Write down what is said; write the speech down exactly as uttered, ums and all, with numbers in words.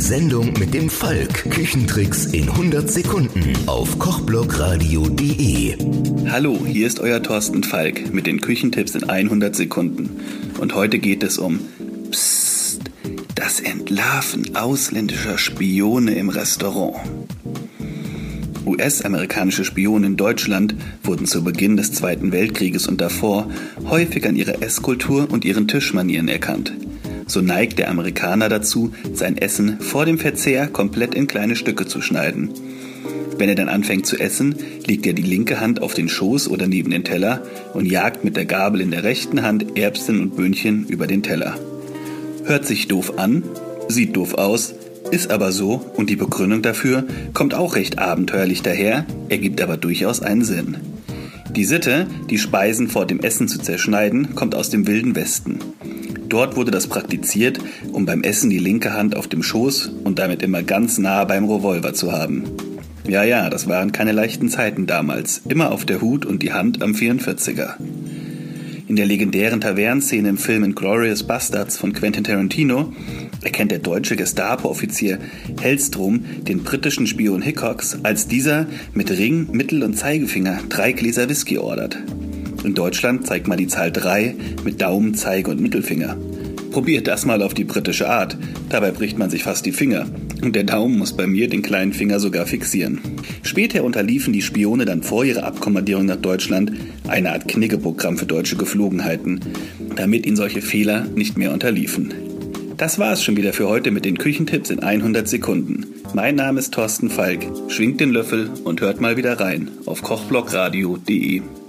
Sendung mit dem Falk. Küchentricks in hundert Sekunden auf kochblogradio punkt de. Hallo, hier ist euer Thorsten Falk mit den Küchentipps in hundert Sekunden. Und heute geht es um Psst, das Entlarven ausländischer Spione im Restaurant. U S-amerikanische Spione in Deutschland wurden zu Beginn des Zweiten Weltkrieges und davor häufig an ihrer Esskultur und ihren Tischmanieren erkannt. So neigt der Amerikaner dazu, sein Essen vor dem Verzehr komplett in kleine Stücke zu schneiden. Wenn er dann anfängt zu essen, legt er die linke Hand auf den Schoß oder neben den Teller und jagt mit der Gabel in der rechten Hand Erbsen und Böhnchen über den Teller. Hört sich doof an, sieht doof aus, ist aber so und die Begründung dafür kommt auch recht abenteuerlich daher, ergibt aber durchaus einen Sinn. Die Sitte, die Speisen vor dem Essen zu zerschneiden, kommt aus dem Wilden Westen. Dort wurde das praktiziert, um beim Essen die linke Hand auf dem Schoß und damit immer ganz nah beim Revolver zu haben. Ja, ja, das waren keine leichten Zeiten damals, immer auf der Hut und die Hand am vierundvierziger. In der legendären Tavernenszene im Film Inglourious Basterds von Quentin Tarantino erkennt der deutsche Gestapo-Offizier Hellstrom den britischen Spion Hickox, als dieser mit Ring, Mittel- und Zeigefinger drei Gläser Whisky ordert. In Deutschland zeigt man die Zahl drei mit Daumen, Zeige und Mittelfinger. Probiert das mal auf die britische Art. Dabei bricht man sich fast die Finger. Und der Daumen muss bei mir den kleinen Finger sogar fixieren. Später unterliefen die Spione dann vor ihrer Abkommandierung nach Deutschland eine Art Kniggeprogramm für deutsche Geflogenheiten, damit ihnen solche Fehler nicht mehr unterliefen. Das war es schon wieder für heute mit den Küchentipps in hundert Sekunden. Mein Name ist Thorsten Falk. Schwingt den Löffel und hört mal wieder rein auf kochblogradio punkt de.